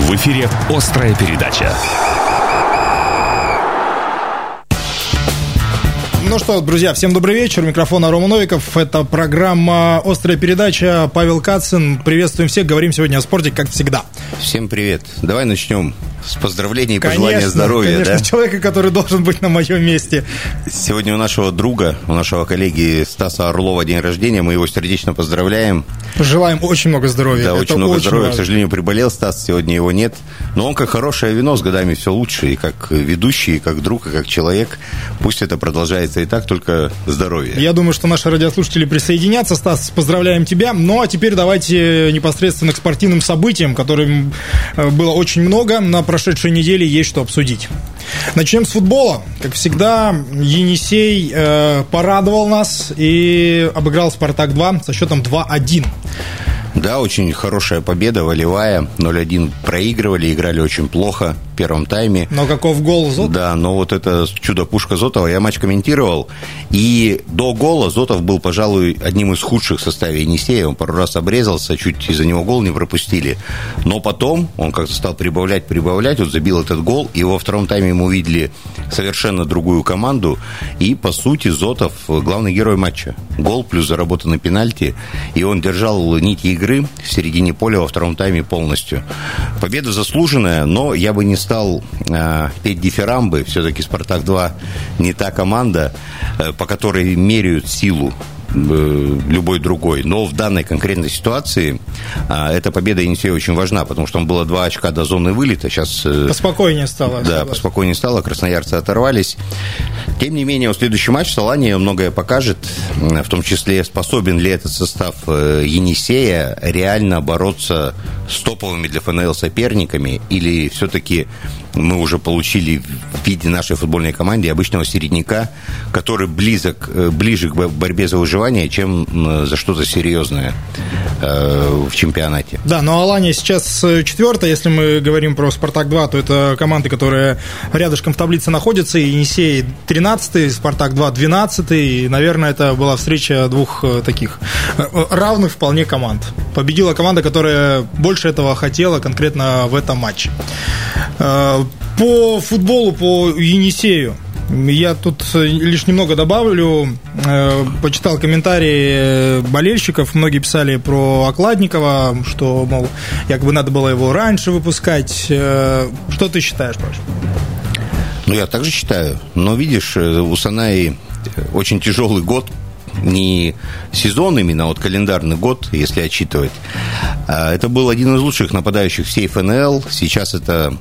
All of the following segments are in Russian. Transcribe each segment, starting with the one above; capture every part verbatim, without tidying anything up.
В эфире «Острая передача». Ну что, друзья, всем добрый вечер. Микрофон Рома Новиков. Это программа «Острая передача». Павел Кацин. Приветствуем всех. Говорим сегодня о спорте, как всегда. Всем привет. Давай начнем с поздравлений и конечно, пожелания здоровья. Конечно, да? человека, который должен быть на моем месте. Сегодня у нашего друга, у нашего коллеги Стаса Орлова день рождения. Мы его сердечно поздравляем. Желаем очень много здоровья. Да, Это очень много очень здоровья. важно. К сожалению, приболел Стас, сегодня его нет. Но он, как хорошее вино, с годами все лучше. И как ведущий, и как друг, и как человек. Пусть это продолжается и так, только здоровье. Я думаю, что наши радиослушатели присоединятся. Стас, поздравляем тебя. Ну, а теперь давайте непосредственно к спортивным событиям, которых было очень много. На прошедшей неделе есть что обсудить. Начнем с футбола. Как всегда, Енисей э, порадовал нас и обыграл «Спартак-два» со счетом два один. Да, очень хорошая победа, волевая. ноль один проигрывали, играли очень плохо в первом тайме. Но каков гол Зотова? Да, но вот это чудо-пушка Зотова. Я матч комментировал. И до гола Зотов был, пожалуй, одним из худших в составе Енисея. Он пару раз обрезался, чуть из-за него гол не пропустили. Но потом он как-то стал прибавлять, прибавлять. Вот забил этот гол. И во втором тайме мы увидели совершенно другую команду. И, по сути, Зотов главный герой матча. Гол плюс заработанный пенальти. И он держал нити игры в середине поля во втором тайме полностью. Победа заслуженная, но я бы не стал э, петь дифирамбы. Все-таки «Спартак-два» не та команда, э, по которой меряют силу любой другой. Но в данной конкретной ситуации а, эта победа Енисея очень важна, потому что там было два очка до зоны вылета. Сейчас поспокойнее стало. Да, поспокойнее стало. Красноярцы оторвались. Тем не менее, следующий матч с Аланией многое покажет, в том числе, способен ли этот состав Енисея реально бороться с топовыми для ФНЛ соперниками, или все-таки мы уже получили в виде нашей футбольной команды обычного середняка, который близок, ближе к борьбе за выживание, чем за что-то серьезное в чемпионате. Да, но Алания сейчас четвертая. Если мы говорим про «Спартак-два», то это команды, которые рядышком в таблице находятся. Енисей тринадцатый, «Спартак-два» двенадцатый. И, наверное, это была встреча двух таких равных вполне команд. Победила команда, которая больше этого хотела конкретно в этом матче. По футболу, по Енисею я тут лишь немного добавлю. Почитал комментарии болельщиков. Многие писали про Окладникова, что, мол, якобы надо было его раньше выпускать. Что ты считаешь, Паш? Ну, я также считаю. Но, видишь, у Санаи очень тяжелый год. Не сезон именно, а вот календарный год, если отчитывать. Это был один из лучших нападающих всей ФНЛ. Сейчас это,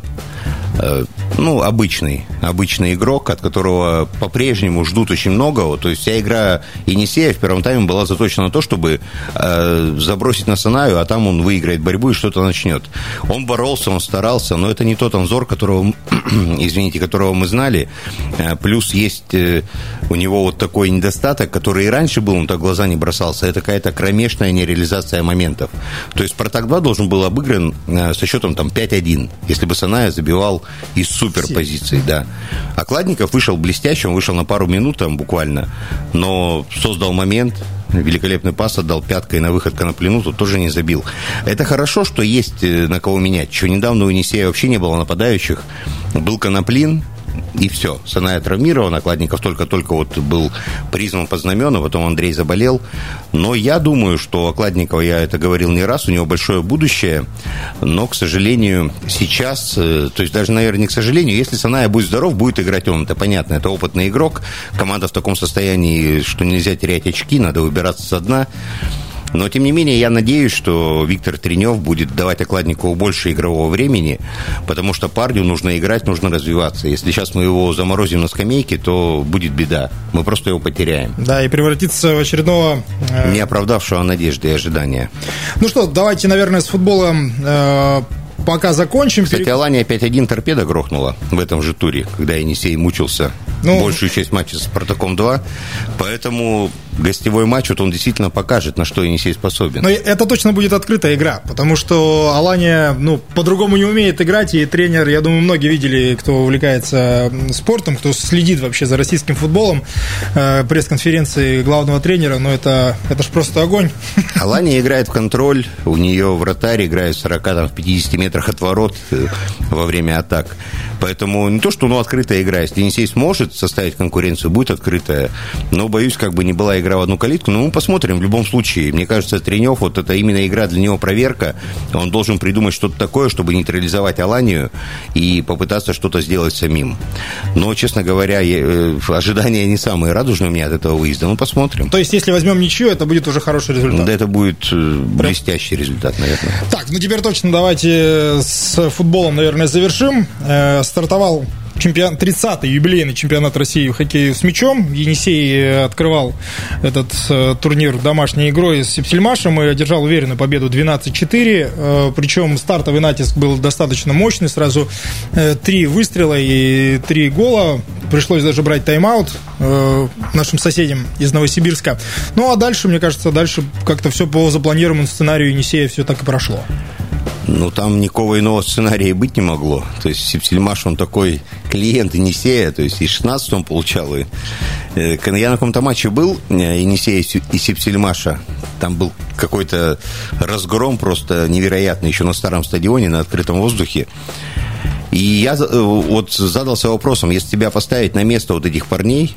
ну, обычный, обычный игрок, от которого по-прежнему ждут очень многого. То есть вся игра Енисея в первом тайме была заточена на то, чтобы забросить на Санаю, а там он выиграет борьбу и что-то начнет. Он боролся, он старался, но это не тот Анзор, которого, извините, которого мы знали. Плюс есть у него вот такой недостаток, который и раньше был, он так в глаза не бросался. Это какая-то кромешная нереализация моментов. То есть «Спартак-два» должен был обыгран со счетом там пять один, если бы Саная забивал из суперпозиций, да. Окладников вышел блестяще, он вышел на пару минут там буквально, но создал момент, великолепный пас отдал пяткой на выход Коноплину, тут тоже не забил. Это хорошо, что есть на кого менять. Еще недавно у Енисея вообще не было нападающих. Был Коноплин, и все. Саная травмирован, Окладников только-только вот был призван под знамена, потом Андрей заболел. Но я думаю, что Окладникова, я это говорил не раз, у него большое будущее, но, к сожалению, сейчас, то есть даже, наверное, не к сожалению, если Саная будет здоров, будет играть он, это понятно, это опытный игрок, команда в таком состоянии, что нельзя терять очки, надо выбираться со дна. Но, тем не менее, я надеюсь, что Виктор Тренев будет давать Окладникову больше игрового времени, потому что парню нужно играть, нужно развиваться. Если сейчас мы его заморозим на скамейке, то будет беда. Мы просто его потеряем. Да, и превратится в очередного... Не оправдавшего надежды и ожидания. Ну что, давайте, наверное, с футболом... Э- Пока закончим. Кстати, Алания пять один торпеда грохнула в этом же туре, когда Енисей мучился ну, большую часть матча с «Спартаком-два». Поэтому гостевой матч, вот он действительно покажет, на что Енисей способен. Но это точно будет открытая игра, потому что Алания, ну, по-другому не умеет играть, и тренер, я думаю, многие видели, кто увлекается спортом, кто следит вообще за российским футболом, пресс-конференции главного тренера, но это, это ж просто огонь. Алания играет в контроль, у нее вратарь играет в сорока, там, в пятидесяти метрах от ворот во время атак. Поэтому не то, что ну, открытая игра. Если Енисей сможет составить конкуренцию, будет открытая. Но, боюсь, как бы не была игра в одну калитку. Но мы посмотрим в любом случае. Мне кажется, Тренев, вот это именно игра для него проверка. Он должен придумать что-то такое, чтобы нейтрализовать Аланию и попытаться что-то сделать самим. Но, честно говоря, ожидания не самые радужные у меня от этого выезда. Ну, посмотрим. То есть, если возьмем ничью, это будет уже хороший результат? Да, это будет блестящий результат, наверное. Так, ну теперь точно давайте с футболом, наверное, завершим. Стартовал чемпион... тридцатый юбилейный чемпионат России в хоккее с мячом. Енисей открывал этот э, турнир домашней игрой с Септельмашем и одержал уверенную победу двенадцать четыре. Э, причем стартовый натиск был достаточно мощный. Сразу э, три выстрела и три гола. Пришлось даже брать тайм-аут э, нашим соседям из Новосибирска. Ну а дальше, мне кажется, дальше как-то все по запланированному сценарию Енисея все так и прошло. Ну, там никакого иного сценария быть не могло. То есть Септельмаш, он такой клиент Енисея, то есть и шестнадцать он получал. И, э, я на каком-то матче был, Енисея и Септельмаша, там был какой-то разгром просто невероятный, еще на старом стадионе, на открытом воздухе. И я вот задался вопросом, если тебя поставить на место вот этих парней,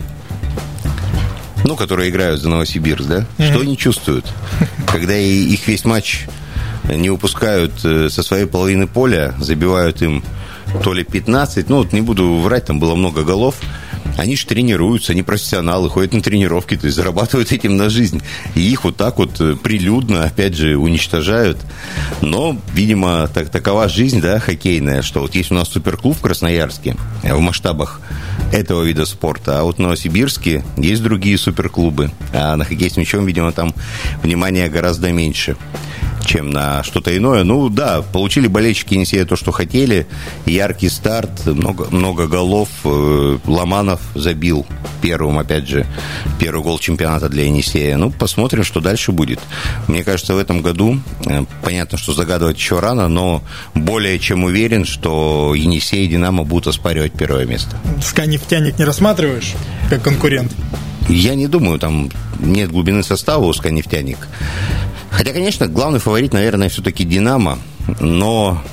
ну, которые играют за Новосибирск, да, mm-hmm. что они чувствуют, когда их весь матч не упускают со своей половины поля, забивают им то ли пятнадцать, ну, вот не буду врать, там было много голов. Они же тренируются, они профессионалы, ходят на тренировки, то есть зарабатывают этим на жизнь. И их вот так вот прилюдно, опять же, уничтожают. Но, видимо, так, такова жизнь, да, хоккейная, что вот есть у нас суперклуб в Красноярске в масштабах этого вида спорта, а вот в Новосибирске есть другие суперклубы. А на хоккей с мячом, видимо, там внимания гораздо меньше, чем на что-то иное. Ну да, получили болельщики Енисея то, что хотели. Яркий старт, много, много голов. Ломанов забил первым, опять же, первый гол чемпионата для Енисея. Ну, посмотрим, что дальше будет. Мне кажется, в этом году, понятно, что загадывать еще рано, но более чем уверен, что Енисей и Динамо будут оспаривать первое место. СКА «Нефтяник» не рассматриваешь как конкурент? Я не думаю, там нет глубины состава у СКА «Нефтяник». Хотя, конечно, главный фаворит, наверное, все-таки «Динамо», но,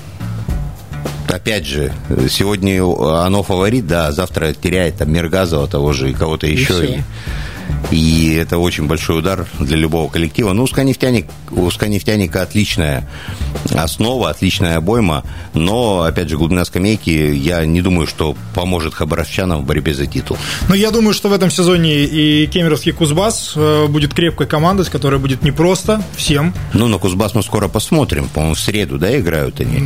опять же, сегодня оно фаворит, да, завтра теряет там Миргазова того же и кого-то еще. И, и это очень большой удар для любого коллектива. Ну, у СКА «Нефтяник», у СКА «Нефтяника» отличная основа, отличная обойма, но, опять же, глубина скамейки, я не думаю, что поможет хабаровчанам в борьбе за титул. Но я думаю, что в этом сезоне и кемеровский Кузбасс будет крепкой командой, с которой будет непросто всем. Ну, на Кузбасс мы скоро посмотрим. По-моему, в среду, да, играют они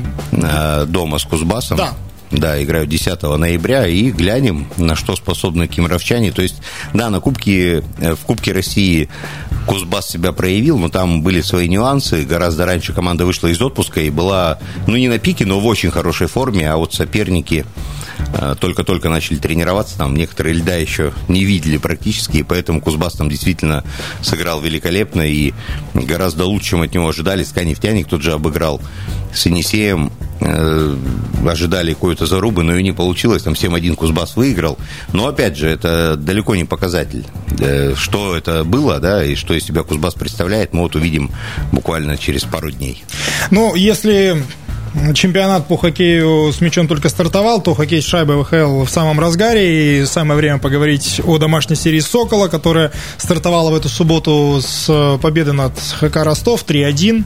mm. дома с Кузбассом. Да. Да, играют десятого ноября, и глянем, на что способны кемеровчане. То есть, да, на Кубке, в Кубке России Кузбасс себя проявил, но там были свои нюансы. Гораздо раньше команда вышла из отпуска и была, ну, не на пике, но в очень хорошей форме, а вот соперники только-только начали тренироваться, там некоторые льда еще не видели практически, и поэтому Кузбасс там действительно сыграл великолепно и гораздо лучше, чем от него ожидали. СКА «Нефтяник» тот же обыграл с Енисеем, э, ожидали какой-то зарубы, но и не получилось, там семь один Кузбасс выиграл, но опять же, это далеко не показатель, э, что это было, да, и что из себя Кузбасс представляет, мы вот увидим буквально через пару дней. Ну, если чемпионат по хоккею с мячом только стартовал, то хоккей с шайбой ВХЛ в самом разгаре, и самое время поговорить о домашней серии «Сокола», которая стартовала в эту субботу с победы над ХК Ростов три один.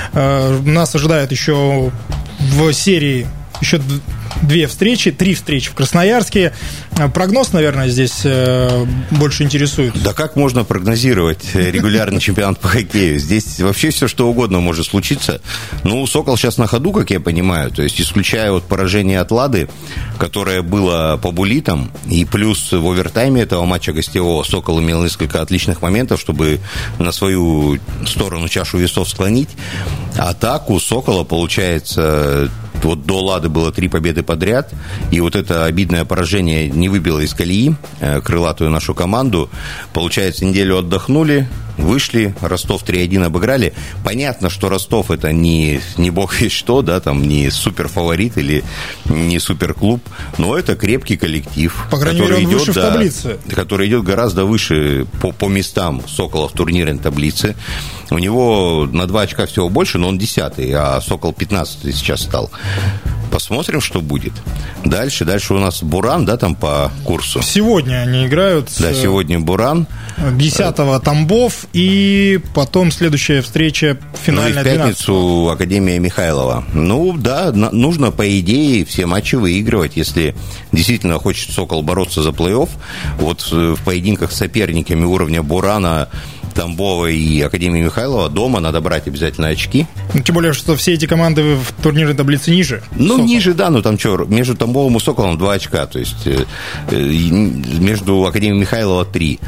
Нас ожидает еще в серии еще две встречи, три встречи в Красноярске. Прогноз, наверное, здесь больше интересует. Да как можно прогнозировать регулярный чемпионат по хоккею? Здесь вообще все что угодно может случиться. Ну, «Сокол» сейчас на ходу, как я понимаю, то есть исключая вот поражение от «Лады», которое было по буллитам, и плюс в овертайме этого матча гостевого «Сокол» имел несколько отличных моментов, чтобы на свою сторону чашу весов склонить. А так у «Сокола» получается... Вот до «Лады» было три победы подряд, и вот это обидное поражение не выбило из колеи крылатую нашу команду. Получается, неделю отдохнули, вышли, Ростов три один обыграли. Понятно, что Ростов это не, не бог весть что, да, там не суперфаворит или не суперклуб, но это крепкий коллектив. По крайней мере, он идет, выше да, в таблице. Который идет гораздо выше по, по местам Сокола в турнирной таблице. У него на два очка всего больше, но он десятый, а Сокол пятнадцатый сейчас стал. Посмотрим, что будет. Дальше, дальше у нас Буран, да, там по курсу. Сегодня они играют. Да, сегодня Буран. десятого Тамбов, и потом следующая встреча финальная. Ну и в пятницу двенадцатого Академия Михайлова. Ну да, нужно, по идее, все матчи выигрывать, если действительно хочет Сокол бороться за плей-офф. Вот в поединках с соперниками уровня Бурана, Тамбова и Академии Михайлова дома надо брать обязательно очки. Ну, тем более, что все эти команды в турнирной таблице ниже. Ну, Сокол. ниже, да, ну там что, между Тамбовым и Соколом два очка, то есть э, э, между Академией Михайлова три.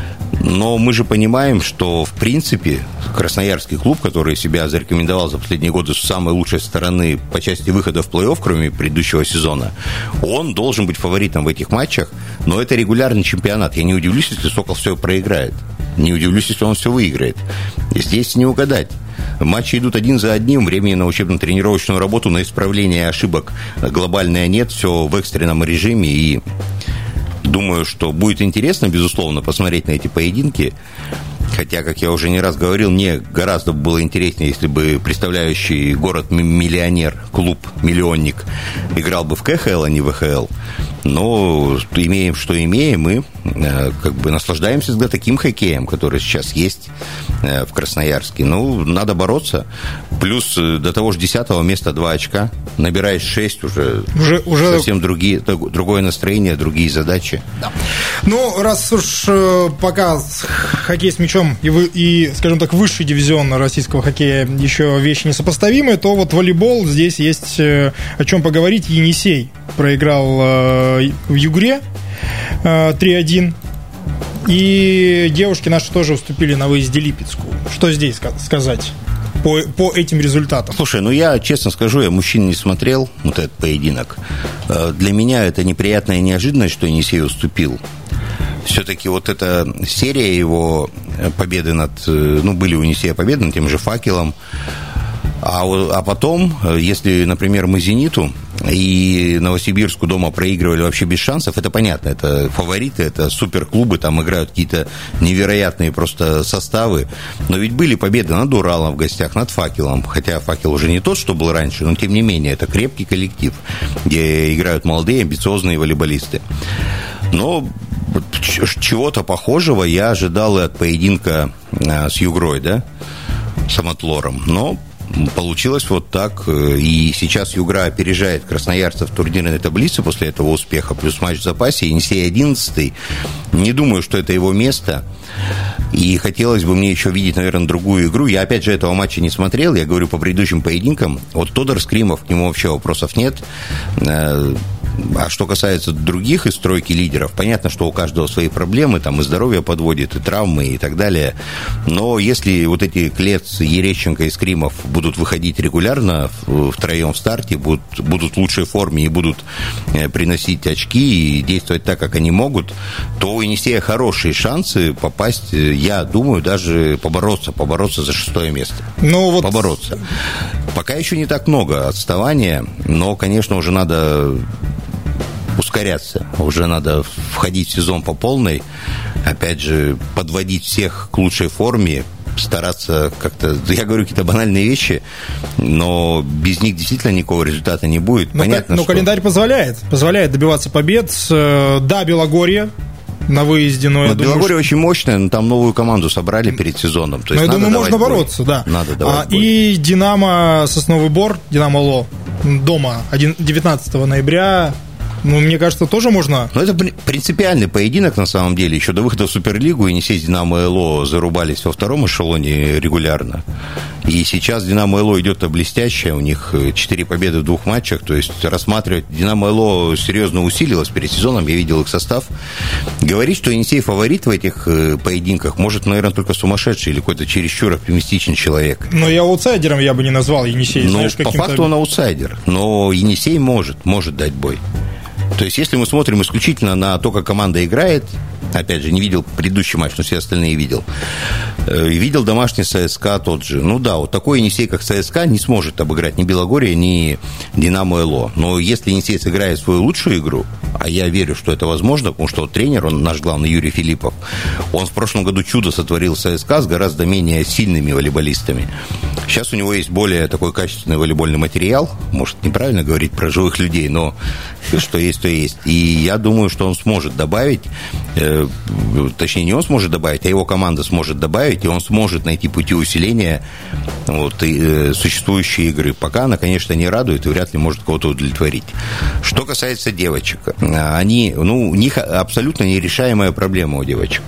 Но мы же понимаем, что, в принципе, красноярский клуб, который себя зарекомендовал за последние годы с самой лучшей стороны по части выхода в плей-офф, кроме предыдущего сезона, он должен быть фаворитом в этих матчах, но это регулярный чемпионат. Я не удивлюсь, если Сокол все проиграет. Не удивлюсь, если он все выиграет. Здесь не угадать. Матчи идут один за одним, времени на учебно-тренировочную работу, на исправление ошибок глобальное нет, все в экстренном режиме, и думаю, что будет интересно, безусловно, посмотреть на эти поединки. Хотя, как я уже не раз говорил, мне гораздо было интереснее, если бы представляющий город-миллионер, клуб-миллионник играл бы в ка ха эл, а не в а ха эл. Но имеем, что имеем, и как бы наслаждаемся всегда таким хоккеем, который сейчас есть в Красноярске. Ну, надо бороться. Плюс до того же десятого места два очка. Набираешь шесть, уже, уже, уже... совсем другие, другое настроение, другие задачи. Да. Ну, раз уж пока хоккей с мячом и, вы, и, скажем так, высший дивизион российского хоккея еще вещи несопоставимые, то вот волейбол, здесь есть о чем поговорить. Енисей проиграл в Югре три один. И девушки наши тоже уступили на выезде Липецку. Что здесь сказать по, по этим результатам? Слушай, ну я честно скажу, я мужчин не смотрел, вот этот поединок. Для меня это неприятная неожиданность, что Енисей уступил. Все-таки вот эта серия его победы над... Ну, были у Енисея победы над тем же «Факелом». А, а потом, если, например, мы «Зениту» и Новосибирску дома проигрывали вообще без шансов, это понятно, это фавориты, это суперклубы, там играют какие-то невероятные просто составы. Но ведь были победы над Уралом в гостях, над «Факелом», хотя «Факел» уже не тот, что был раньше, но тем не менее, это крепкий коллектив, где играют молодые, амбициозные волейболисты. Но чего-то похожего я ожидал и от поединка с Югрой, да, с Аматлором, но получилось вот так, и сейчас Югра опережает красноярцев в турнирной таблице после этого успеха, плюс матч в запасе, Енисей одиннадцатый. Не думаю, что это его место, и хотелось бы мне еще видеть, наверное, другую игру. Я, опять же, этого матча не смотрел, я говорю по предыдущим поединкам. Вот Тодор Скримов, к нему вообще вопросов нет. А что касается других из тройки лидеров, понятно, что у каждого свои проблемы, там и здоровье подводит, и травмы, и так далее. Но если вот эти Клец, Ерещенко и Скримов будут выходить регулярно втроем в старте, будут, будут в лучшей форме и будут приносить очки и действовать так, как они могут, то у Енисея хорошие шансы попасть, я думаю, даже побороться, побороться за шестое место. Ну, вот... Побороться. Пока еще не так много отставания, но, конечно, уже надо ускоряться, уже надо входить в сезон по полной, опять же, подводить всех к лучшей форме, стараться как-то, я говорю какие-то банальные вещи, но без них действительно никакого результата не будет. Но, Понятно, но что... календарь позволяет, позволяет добиваться побед. Да, Белогорье на выезде, но, но я думаю, Белогорье что... очень мощная, но там новую команду собрали перед сезоном. То есть но я думаю, можно бой. бороться, да. Надо давать а, и Динамо Сосновый Бор, Динамо Ло дома девятнадцатого ноября. Ну, мне кажется, тоже можно... Но это принципиальный поединок, на самом деле. Еще до выхода в Суперлигу Енисей, Динамо и ЛО зарубались во втором эшелоне регулярно. И сейчас Динамо и ЛО идет блестяще. У них четыре победы в двух матчах. То есть рассматривать Динамо и ЛО серьезно усилилось перед сезоном. Я видел их состав. Говорить, что Енисей фаворит в этих поединках, может, наверное, только сумасшедший или какой-то чересчур оптимистичный человек. Но я аутсайдером я бы не назвал Енисей. Ну, знаешь, по каким-то... факту он аутсайдер. Но Енисей может, может дать бой. То есть, если мы смотрим исключительно на то, как команда играет, опять же, не видел предыдущий матч, но все остальные видел, Видел домашний ЦСКА тот же. Ну да, вот такой Енисей, как ЦСКА, не сможет обыграть ни Белогорье, ни Динамо ЛО. Но если Енисей сыграет свою лучшую игру, а я верю, что это возможно, потому что вот тренер, он наш главный Юрий Филиппов, он в прошлом году чудо сотворил в ЦСКА с гораздо менее сильными волейболистами. Сейчас у него есть более такой качественный волейбольный материал. Может, неправильно говорить про живых людей, но что есть, то есть. И я думаю, что он сможет добавить, э, точнее, не он сможет добавить, а его команда сможет добавить, и он сможет найти пути усиления вот, и, э, существующей игры. Пока она, конечно, не радует и вряд ли может кого-то удовлетворить. Что касается девочек, они, ну, у них абсолютно нерешаемая проблема у девочек.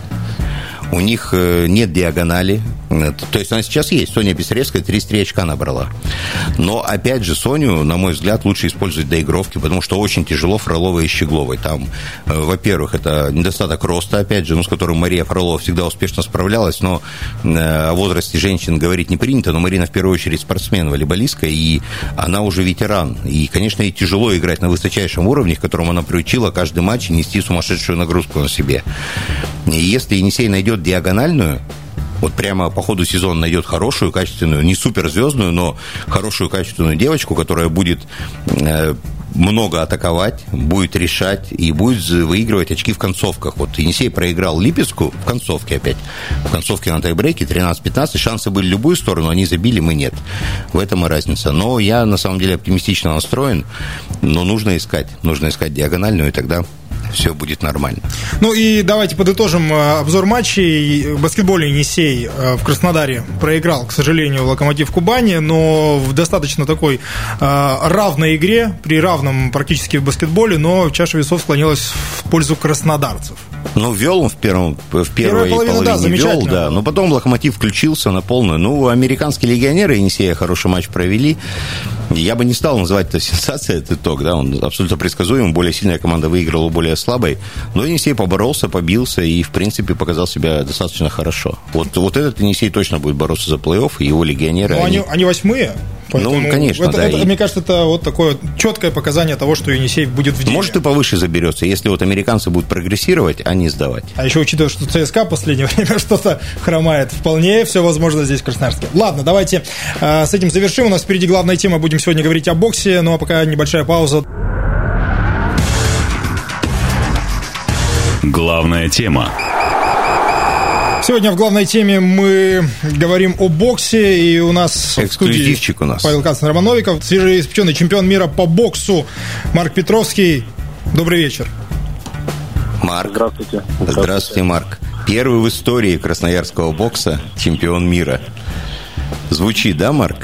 У них нет диагонали. То есть она сейчас есть. Соня Писаревская тридцать три очка набрала. Но, опять же, Соню, на мой взгляд, лучше использовать доигровки, потому что очень тяжело Фроловой и Щегловой. Там, во-первых, это недостаток роста, опять же, ну, с которым Мария Фролова всегда успешно справлялась, но о возрасте женщин говорить не принято. Но Марина, в первую очередь, спортсмен, волейболистка, и она уже ветеран. И, конечно, ей тяжело играть на высочайшем уровне, к которому она приучила каждый матч нести сумасшедшую нагрузку на себе. И если Енисей найдет диагональную, вот прямо по ходу сезона найдет хорошую, качественную, не суперзвездную, но хорошую, качественную девочку, которая будет э, много атаковать, будет решать и будет выигрывать очки в концовках. Вот Енисей проиграл Липецку в концовке опять. В концовке на тайбрейке тринадцать-пятнадцать. Шансы были в любую сторону, они забили, мы нет. В этом и разница. Но я, на самом деле, оптимистично настроен, но нужно искать. Нужно искать диагональную, и тогда все будет нормально. Ну и давайте подытожим обзор матчей. Баскетбольный Енисей в Краснодаре проиграл, к сожалению, Локомотив Кубани, но в достаточно такой равной игре, при равном практически в баскетболе, но чаша весов склонилась в пользу краснодарцев. Ну, вел он в, первом, в первой половине, да, вел, да, но потом Локомотив включился на полную. Ну, американские легионеры Енисея хороший матч провели. Я бы не стал называть это сенсацией, этот итог, да, он абсолютно предсказуем, более сильная команда выиграла у более слабой, но Енисей поборолся, побился и, в принципе, показал себя достаточно хорошо. Вот, вот этот Енисей точно будет бороться за плей-офф, и его легионеры... Ну, они, они восьмые. Поэтому ну, конечно, это, да. Это, и... Мне кажется, это вот такое четкое показание того, что Енисей будет в деле. Может, и повыше заберется, если вот американцы будут прогрессировать, а не сдавать. А еще учитывая, что ЦСКА в последнее время что-то хромает, вполне все возможно здесь в Красноярске. Ладно, давайте э, с этим завершим. У нас впереди главная тема, будем сегодня говорить о боксе, ну а пока небольшая пауза. Главная тема. Сегодня в главной теме мы говорим о боксе, и у нас эксклюзивчик в студии у нас. Павел Кацин-Романовиков, свежеиспеченный чемпион мира по боксу Марк Петровский. Добрый вечер. Марк. Здравствуйте. Здравствуйте. Здравствуйте, Марк. Первый в истории красноярского бокса чемпион мира. Звучит, да, Марк?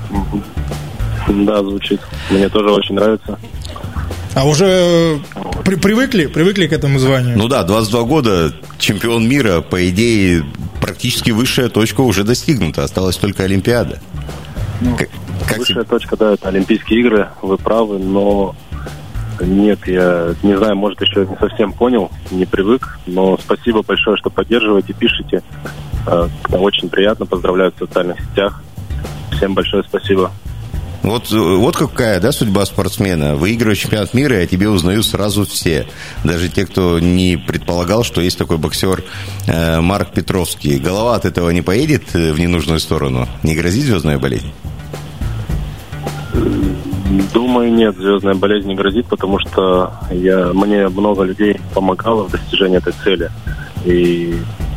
Да, звучит. Мне тоже очень нравится. А уже при, привыкли, привыкли к этому званию? Ну да, двадцать два года, чемпион мира, по идее, практически высшая точка уже достигнута, осталась только Олимпиада. Ну, как, как высшая тебе... точка, да, это Олимпийские игры, вы правы, но нет, я не знаю, может, еще не совсем понял, не привык, но спасибо большое, что поддерживаете, пишете. Очень приятно, поздравляю в социальных сетях. Всем большое спасибо. Вот, вот какая, да, судьба спортсмена. Выигрываешь чемпионат мира, и о тебе узнают сразу все. Даже те, кто не предполагал, что есть такой боксер э, Марк Петровский. Голова от этого не поедет в ненужную сторону? Не грозит звездная болезнь? Думаю, нет, звездная болезнь не грозит, потому что я, мне много людей помогало в достижении этой цели. И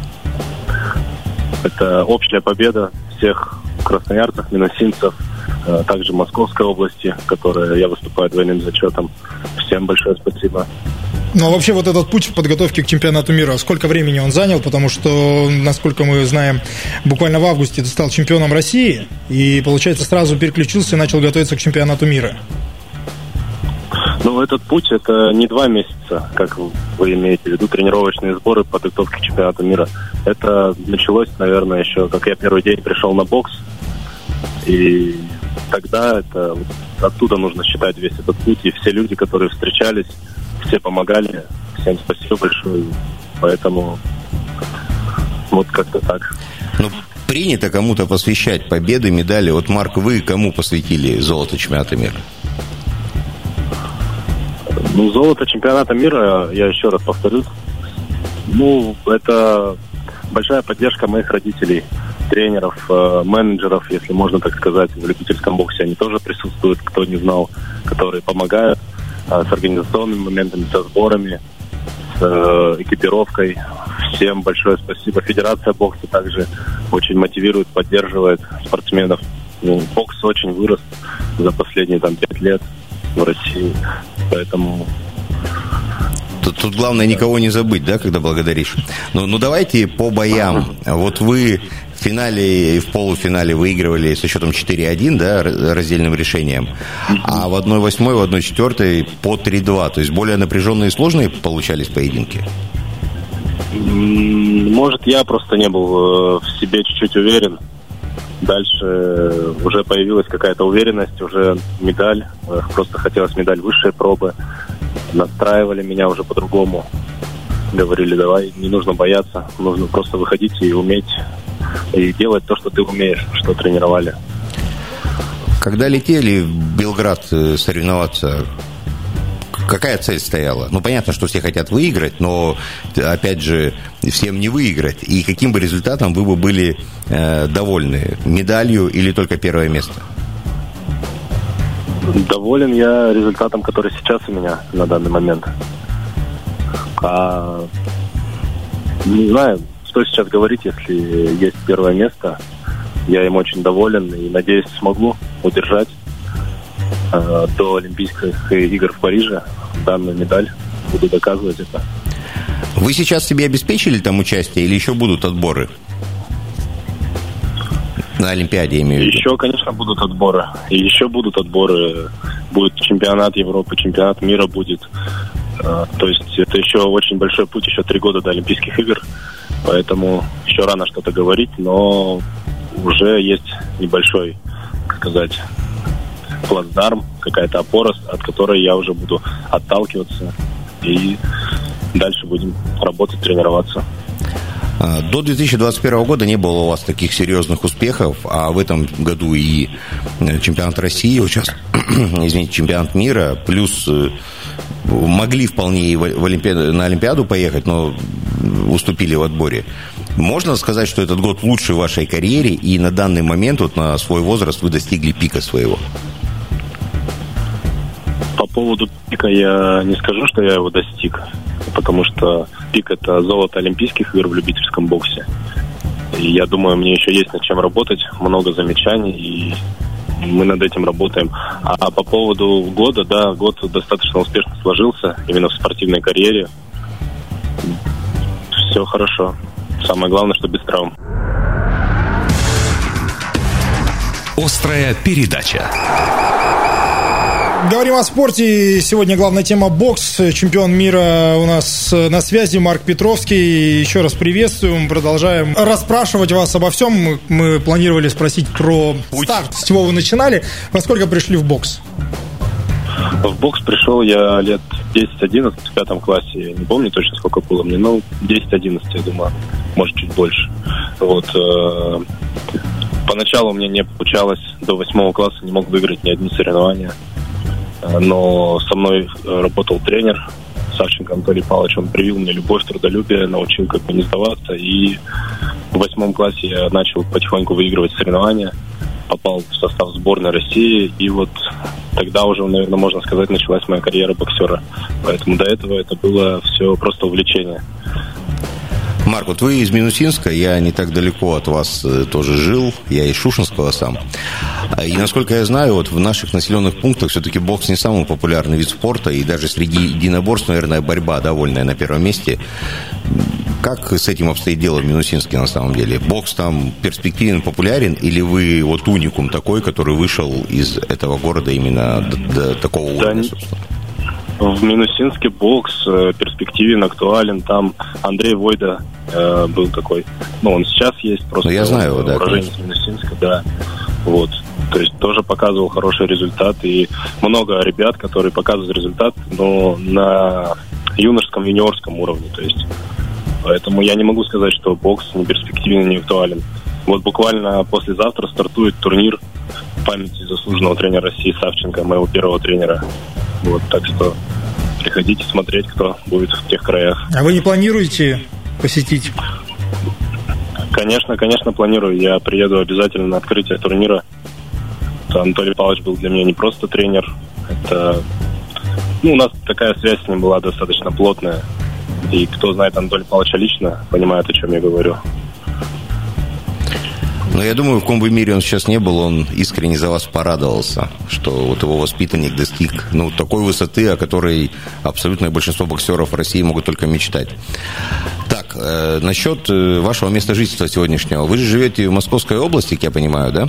это общая победа всех красноярцев, минусинцев, также Московской области, в которой я выступаю двойным зачетом. Всем большое спасибо. Ну, а вообще вот этот путь в подготовке к чемпионату мира, сколько времени он занял? Потому что, насколько мы знаем, буквально в августе ты стал чемпионом России и, получается, сразу переключился и начал готовиться к чемпионату мира. Ну, этот путь, это не два месяца, как вы имеете в виду, тренировочные сборы подготовки к чемпионату мира. Это началось, наверное, еще, как я первый день пришел на бокс, и тогда это оттуда нужно считать весь этот путь. И все люди, которые встречались, все помогали. Всем спасибо большое. Поэтому вот как-то так. Ну, принято кому-то посвящать победы, медали. Вот, Марк, вы кому посвятили золото чемпионата мира? Ну, золото чемпионата мира, я еще раз повторюсь, ну, это большая поддержка моих родителей, тренеров, менеджеров, если можно так сказать, в любительском боксе. Они тоже присутствуют, кто не знал, которые помогают с организационными моментами, со сборами, с экипировкой. Всем большое спасибо. Федерация бокса также очень мотивирует, поддерживает спортсменов. Ну, бокс очень вырос за последние там пять лет в России, поэтому... Тут, тут главное никого не забыть, да, когда благодаришь. Ну, ну давайте по боям. Вот вы в финале и в полуфинале выигрывали со счетом четыре один, да, раздельным решением, а в одна восьмая, в одна четвертая по три-два. То есть более напряженные и сложные получались поединки? Может, я просто не был в себе чуть-чуть уверен. Дальше уже появилась какая-то уверенность, уже медаль. Просто хотелось медаль высшей пробы. Настраивали меня уже по-другому. Говорили, давай, не нужно бояться, нужно просто выходить и уметь, и делать то, что ты умеешь, что тренировали. Когда летели в Белград соревноваться, какая цель стояла? Ну, понятно, что все хотят выиграть, но, опять же, всем не выиграть. И каким бы результатом вы бы были э, довольны? Медалью или только первое место? Доволен я результатом, который сейчас у меня на данный момент. А, не знаю, что сейчас говорить, если есть первое место. Я им очень доволен и, надеюсь, смогу удержать э, до Олимпийских игр в Париже данную медаль. Буду доказывать это. Вы сейчас себе обеспечили там участие или еще будут отборы? На Олимпиаде, я имею в виду. Еще, конечно, будут отборы. И еще будут отборы. Будет чемпионат Европы, чемпионат мира будет. То есть это еще очень большой путь, еще три года до Олимпийских игр. Поэтому еще рано что-то говорить, но уже есть небольшой, как сказать, плацдарм, какая-то опора, от которой я уже буду отталкиваться. И дальше будем работать, тренироваться. До две тысячи двадцать первого года не было у вас таких серьезных успехов, а в этом году и чемпионат России, сейчас, извините, чемпионат мира, плюс могли вполне и в Олимпиаду, на Олимпиаду поехать, но уступили в отборе. Можно сказать, что этот год лучший в вашей карьере, и на данный момент, вот на свой возраст, вы достигли пика своего? По поводу пика я не скажу, что я его достиг, потому что пик – это золото Олимпийских игр в любительском боксе. И я думаю, мне еще есть над чем работать, много замечаний, и мы над этим работаем. А по поводу года, да, год достаточно успешно сложился, именно в спортивной карьере. Все хорошо. Самое главное, что без травм. Острая передача. Говорим о спорте. Сегодня главная тема бокс. Чемпион мира у нас на связи Марк Петровский. Еще раз приветствуем. Продолжаем расспрашивать вас обо всем. Мы планировали спросить про Путь. Старт. С чего вы начинали? Во сколько пришли в бокс? В бокс пришел я лет десять-одиннадцать, в пятом классе. Я не помню точно, сколько было мне. Ну, десять-одиннадцать, я думаю. Может, чуть больше. Вот. Поначалу у меня не получалось. До восьмого класса не мог выиграть ни одни соревнования. Но со мной работал тренер Савченко Анатолий Павлович. Он привил мне любовь, трудолюбие, научил как бы не сдаваться. И в восьмом классе я начал потихоньку выигрывать соревнования. Попал в состав сборной России. И вот тогда уже, наверное, можно сказать, началась моя карьера боксера. Поэтому до этого это было все просто увлечение. Марк, вот вы из Минусинска, я не так далеко от вас тоже жил, я из Шушинского сам. И, насколько я знаю, вот в наших населенных пунктах все-таки бокс не самый популярный вид спорта, и даже среди единоборств, наверное, борьба довольная на первом месте. Как с этим обстоит дело в Минусинске на самом деле? Бокс там перспективен, популярен, или вы вот уникум такой, который вышел из этого города именно до, до такого уровня, да, собственно? В Минусинске бокс перспективен, актуален. Там Андрей Войда э, был такой. Ну, он сейчас есть, просто я знаю его, да, уроженец Минусинска, да. Вот. То есть тоже показывал хороший результат. И много ребят, которые показывают результат, но на юношеском, юниорском уровне. То есть, поэтому я не могу сказать, что бокс не перспективен, не актуален. Вот буквально послезавтра стартует турнир в памяти заслуженного тренера России Савченко, моего первого тренера. Вот, так что приходите смотреть, кто будет в тех краях. А вы не планируете посетить? Конечно, конечно, планирую. Я приеду обязательно на открытие турнира. Анатолий Павлович был для меня не просто тренер. Это, ну, у нас такая связь с ним была достаточно плотная. И кто знает Анатолия Павловича лично, понимает, о чем я говорю. Но я думаю, в каком бы мире он сейчас не был, он искренне за вас порадовался, что вот его воспитанник достиг, ну, такой высоты, о которой абсолютное большинство боксеров в России могут только мечтать. Так, э, насчет вашего места жительства сегодняшнего. Вы же живете в Московской области, как я понимаю, да?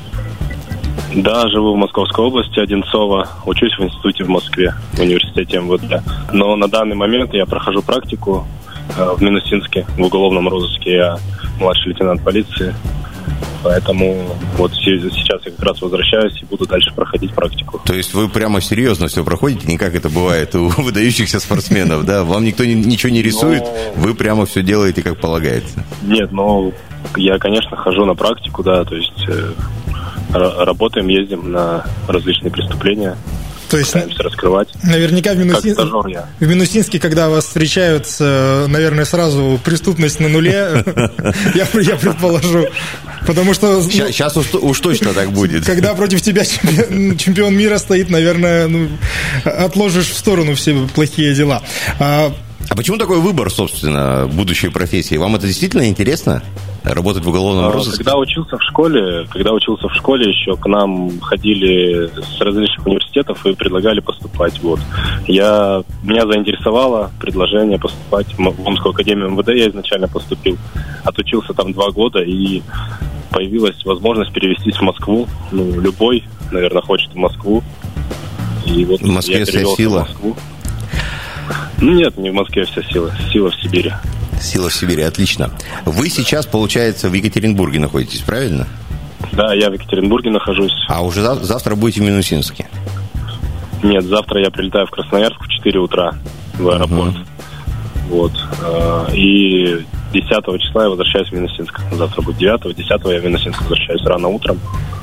Да, живу в Московской области, Одинцово. Учусь в институте в Москве, в университете эм вэ дэ. Но на данный момент я прохожу практику э, в Минусинске, в уголовном розыске. Я младший лейтенант полиции. Поэтому вот сейчас я как раз возвращаюсь и буду дальше проходить практику. То есть вы прямо серьезно все проходите, не как это бывает у выдающихся спортсменов, да? Вам никто ничего не рисует, но... вы прямо все делаете как полагается. Нет, ну, я, конечно, хожу на практику, да, то есть э, работаем, ездим на различные преступления. То есть, пытаемся раскрывать. Наверняка в, Минусин... в Минусинске, когда вас встречают, наверное, сразу преступность на нуле, я предположу. Потому что... Сейчас уж точно так будет. Когда против тебя чемпион мира стоит, наверное, отложишь в сторону все плохие дела. А почему такой выбор, собственно, будущей профессии? Вам это действительно интересно? Работать в уголовном розыске? Когда учился в школе, когда учился в школе, еще к нам ходили с различных университетов и предлагали поступать. Вот. Я, меня заинтересовало предложение поступать в Омскую академию эм вэ дэ. Я изначально поступил, отучился там два года, и появилась возможность перевестись в Москву. Ну, любой, наверное, хочет в Москву. И вот в Москве я вся сила? Ну, нет, не в Москве вся сила. Сила в Сибири. Сила в Сибири, отлично. Вы сейчас, получается, в Екатеринбурге находитесь, правильно? Да, я в Екатеринбурге нахожусь. А уже зав- завтра будете в Минусинске? Нет, завтра я прилетаю в Красноярск в четыре утра в аэропорт. Uh-huh. Вот. И десятого числа я возвращаюсь в Минусинск. Завтра будет девятого, десятого я в Минусинск возвращаюсь рано утром.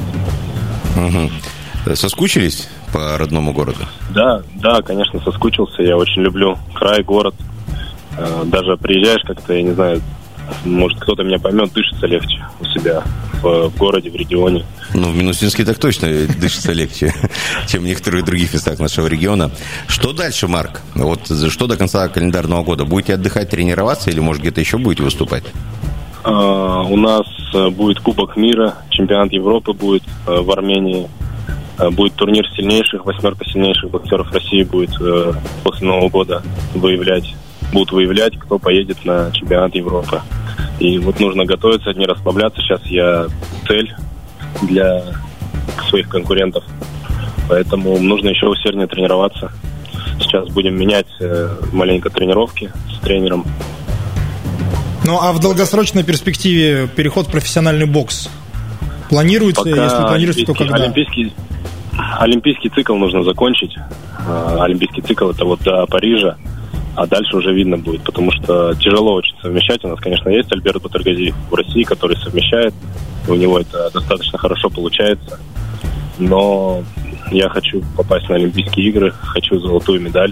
Uh-huh. Соскучились по родному городу? Да, да, конечно, соскучился. Я очень люблю край, город. Даже приезжаешь как-то, я не знаю, может, кто-то меня поймет, дышится легче у себя в, в городе, в регионе. Ну, в Минусинске так точно дышится легче, чем в некоторых других местах нашего региона. Что дальше, Марк? Вот что до конца календарного года? Будете отдыхать, тренироваться или, может, где-то еще будете выступать? У нас будет Кубок мира, чемпионат Европы будет в Армении. Будет турнир сильнейших, восьмерка сильнейших боксеров России будет после Нового года выявлять. Будут выявлять, кто поедет на чемпионат Европы. И вот нужно готовиться, не расслабляться. Сейчас я цель для своих конкурентов. Поэтому нужно еще усерднее тренироваться. Сейчас будем менять маленько тренировки с тренером. Ну, а в долгосрочной перспективе переход в профессиональный бокс планируется? Пока если планируется, то когда? Олимпийский, олимпийский цикл нужно закончить. Олимпийский цикл — это вот до Парижа. А дальше уже видно будет, потому что тяжело очень совмещать. У нас, конечно, есть Альберт Батыргазиев в России, который совмещает. У него это достаточно хорошо получается. Но я хочу попасть на Олимпийские игры, хочу золотую медаль.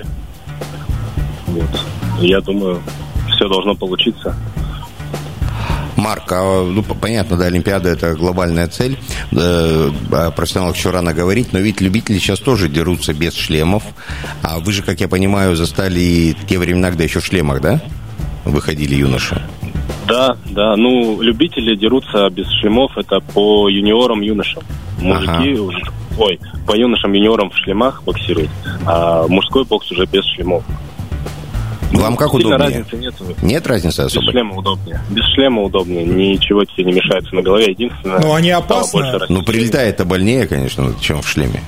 Вот. И я думаю, все должно получиться. Марк, а, ну, понятно, да, Олимпиада – это глобальная цель, э, о профессионалах еще рано говорить, но ведь любители сейчас тоже дерутся без шлемов, а вы же, как я понимаю, застали те времена, когда еще в шлемах, да, выходили юноши? Да, да, ну, любители дерутся без шлемов, это по юниорам, юношам. Мужики, ага. ой, по юношам, юниорам в шлемах боксируют, а мужской бокс уже без шлемов. Вам как Сильно удобнее? Разницы нет. Нет разницы особо? Без шлема удобнее. Без шлема удобнее. Ничего тебе не мешается на голове. Единственное... Ну, они опасны. Ну, прилетает-то больнее, конечно, чем в шлеме.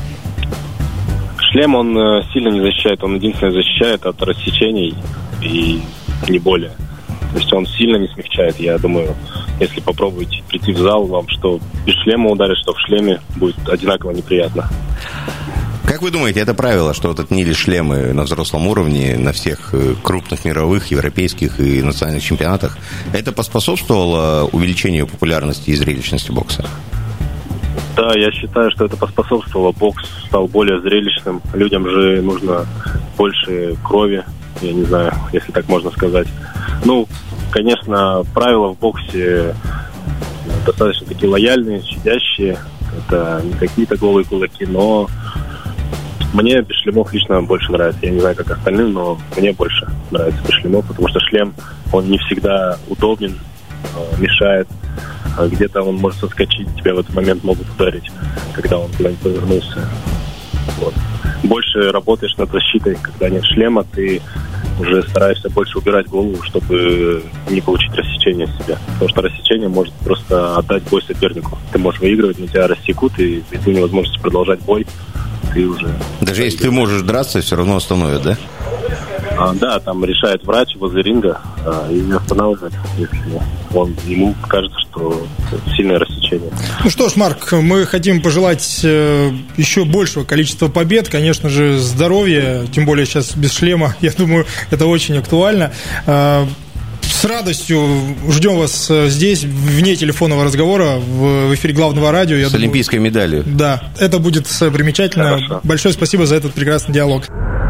Шлем, он сильно не защищает. Он единственное защищает от рассечений и не более. То есть он сильно не смягчает. Я думаю, если попробуете прийти в зал, вам что без шлема ударить, что в шлеме, будет одинаково неприятно. Как вы думаете, это правило, что вот отменили шлемы на взрослом уровне на всех крупных мировых, европейских и национальных чемпионатах, это поспособствовало увеличению популярности и зрелищности бокса? Да, я считаю, что это поспособствовало. Бокс стал более зрелищным. Людям же нужно больше крови, я не знаю, если так можно сказать. Ну, конечно, правила в боксе достаточно такие лояльные, щадящие. Это не какие-то голые кулаки, но мне без шлемов лично больше нравится. Я не знаю, как остальным, но мне больше нравится без шлемов, потому что шлем, он не всегда удобен, мешает. Где-то он может соскочить, тебя в этот момент могут ударить, когда он куда-нибудь повернулся. Вот. Больше работаешь над защитой, когда нет шлема, ты уже стараешься больше убирать голову, чтобы не получить рассечение себя. Потому что рассечение может просто отдать бой сопернику. Ты можешь выигрывать, но тебя рассекут, и без невозможности продолжать бой ты уже... Даже если ты можешь драться, все равно остановят, да? А, да, там решает врач возле ринга а, и не останавливает, если он, ему кажется, что сильное рассечение. Ну что ж, Марк, мы хотим пожелать э, еще большего количества побед, конечно же, здоровья, тем более сейчас без шлема, я думаю, это очень актуально. Э, с радостью ждем вас здесь, вне телефонного разговора, в эфире Главного радио. Я с думаю, олимпийской медалью. Да, это будет примечательно. Хорошо. Большое спасибо за этот прекрасный диалог.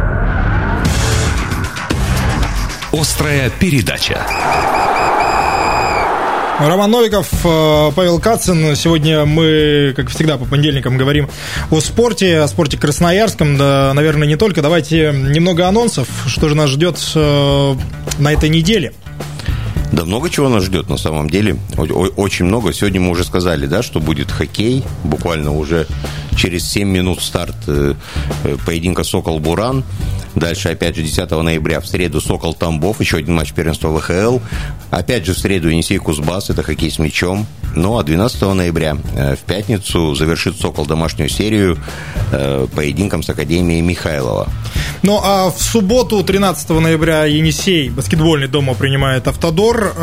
Острая передача. Роман Новиков, Павел Кацин. Сегодня мы, как всегда, по понедельникам говорим о спорте, о спорте красноярском. Да, наверное, не только. Давайте немного анонсов, что же нас ждет на этой неделе. Да много чего нас ждет на самом деле, очень много. Сегодня мы уже сказали, да, что будет хоккей, буквально уже через семь минут старт поединка «Сокол-Буран». Дальше, опять же, десятого ноября в среду «Сокол-Тамбов», еще один матч первенства вэ ха эл. Опять же, в среду «Енисей-Кузбасс», это хоккей с мячом. Ну, а двенадцатого ноября в пятницу завершит «Сокол» домашнюю серию поединком с Академией Михайлова. Ну, а в субботу, тринадцатого ноября, Енисей, баскетбольный дома, принимает «Автодор».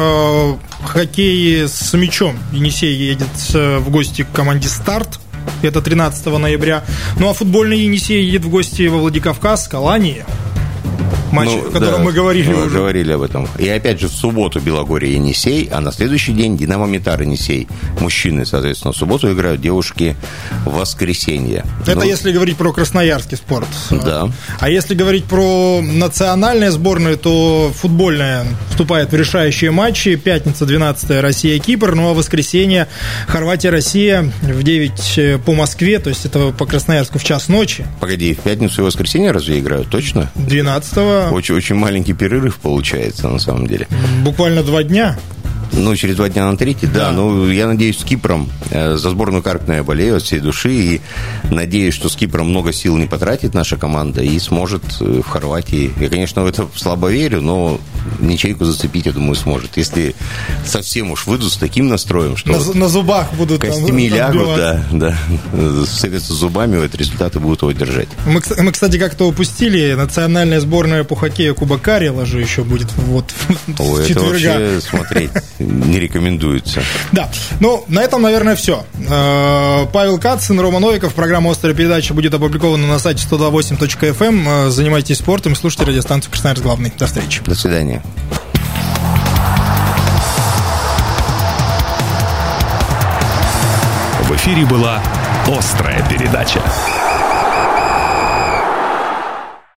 Хоккей с мячом. Енисей едет в гости к команде «Старт». Это тринадцатого ноября. Ну, а футбольный Енисей едет в гости во Владикавказ к Алании. Матч, ну, о котором да, мы говорили мы уже. говорили об этом. И опять же в субботу Белогорье Енисей, а на следующий день Динамо Митар Енисей. Мужчины, соответственно, в субботу играют, девушки в воскресенье. Это ну, если говорить про красноярский спорт. Да. А если говорить про национальные сборные, то футбольная вступает в решающие матчи. Пятница, двенадцатое, Россия-Кипр. Ну а воскресенье Хорватия-Россия в девять по Москве. То есть это по Красноярску в час ночи. Погоди, в пятницу и воскресенье разве играют? Точно? двенадцатого. Очень, очень маленький перерыв получается, на самом деле. Буквально два дня. Ну, через два дня на третий, да. да. Ну, я надеюсь, с Кипром. За сборную Карпина я болею от всей души. И надеюсь, что с Кипром много сил не потратит наша команда и сможет в Хорватии. Я, конечно, в это слабо верю, но ничейку зацепить, я думаю, сможет. Если совсем уж выйдут с таким настроем, что... На, вот на зубах будут... Костями лягут, да, да. Встретятся зубами, вот результаты будут его держать. Мы, мы, кстати, как-то упустили. Национальная сборная по хоккею Кубок Карела же еще будет вот Ой, с четверга. Это вообще смотреть не рекомендуется. Да, ну, на этом, наверное, все. Павел Кацин, Рома Новиков. Программа «Острая передача» будет опубликована на сайте сто два восемь точка эф эм. Занимайтесь спортом и слушайте радиостанцию «Красноярск главный». До встречи. До свидания. В эфире была «Острая передача».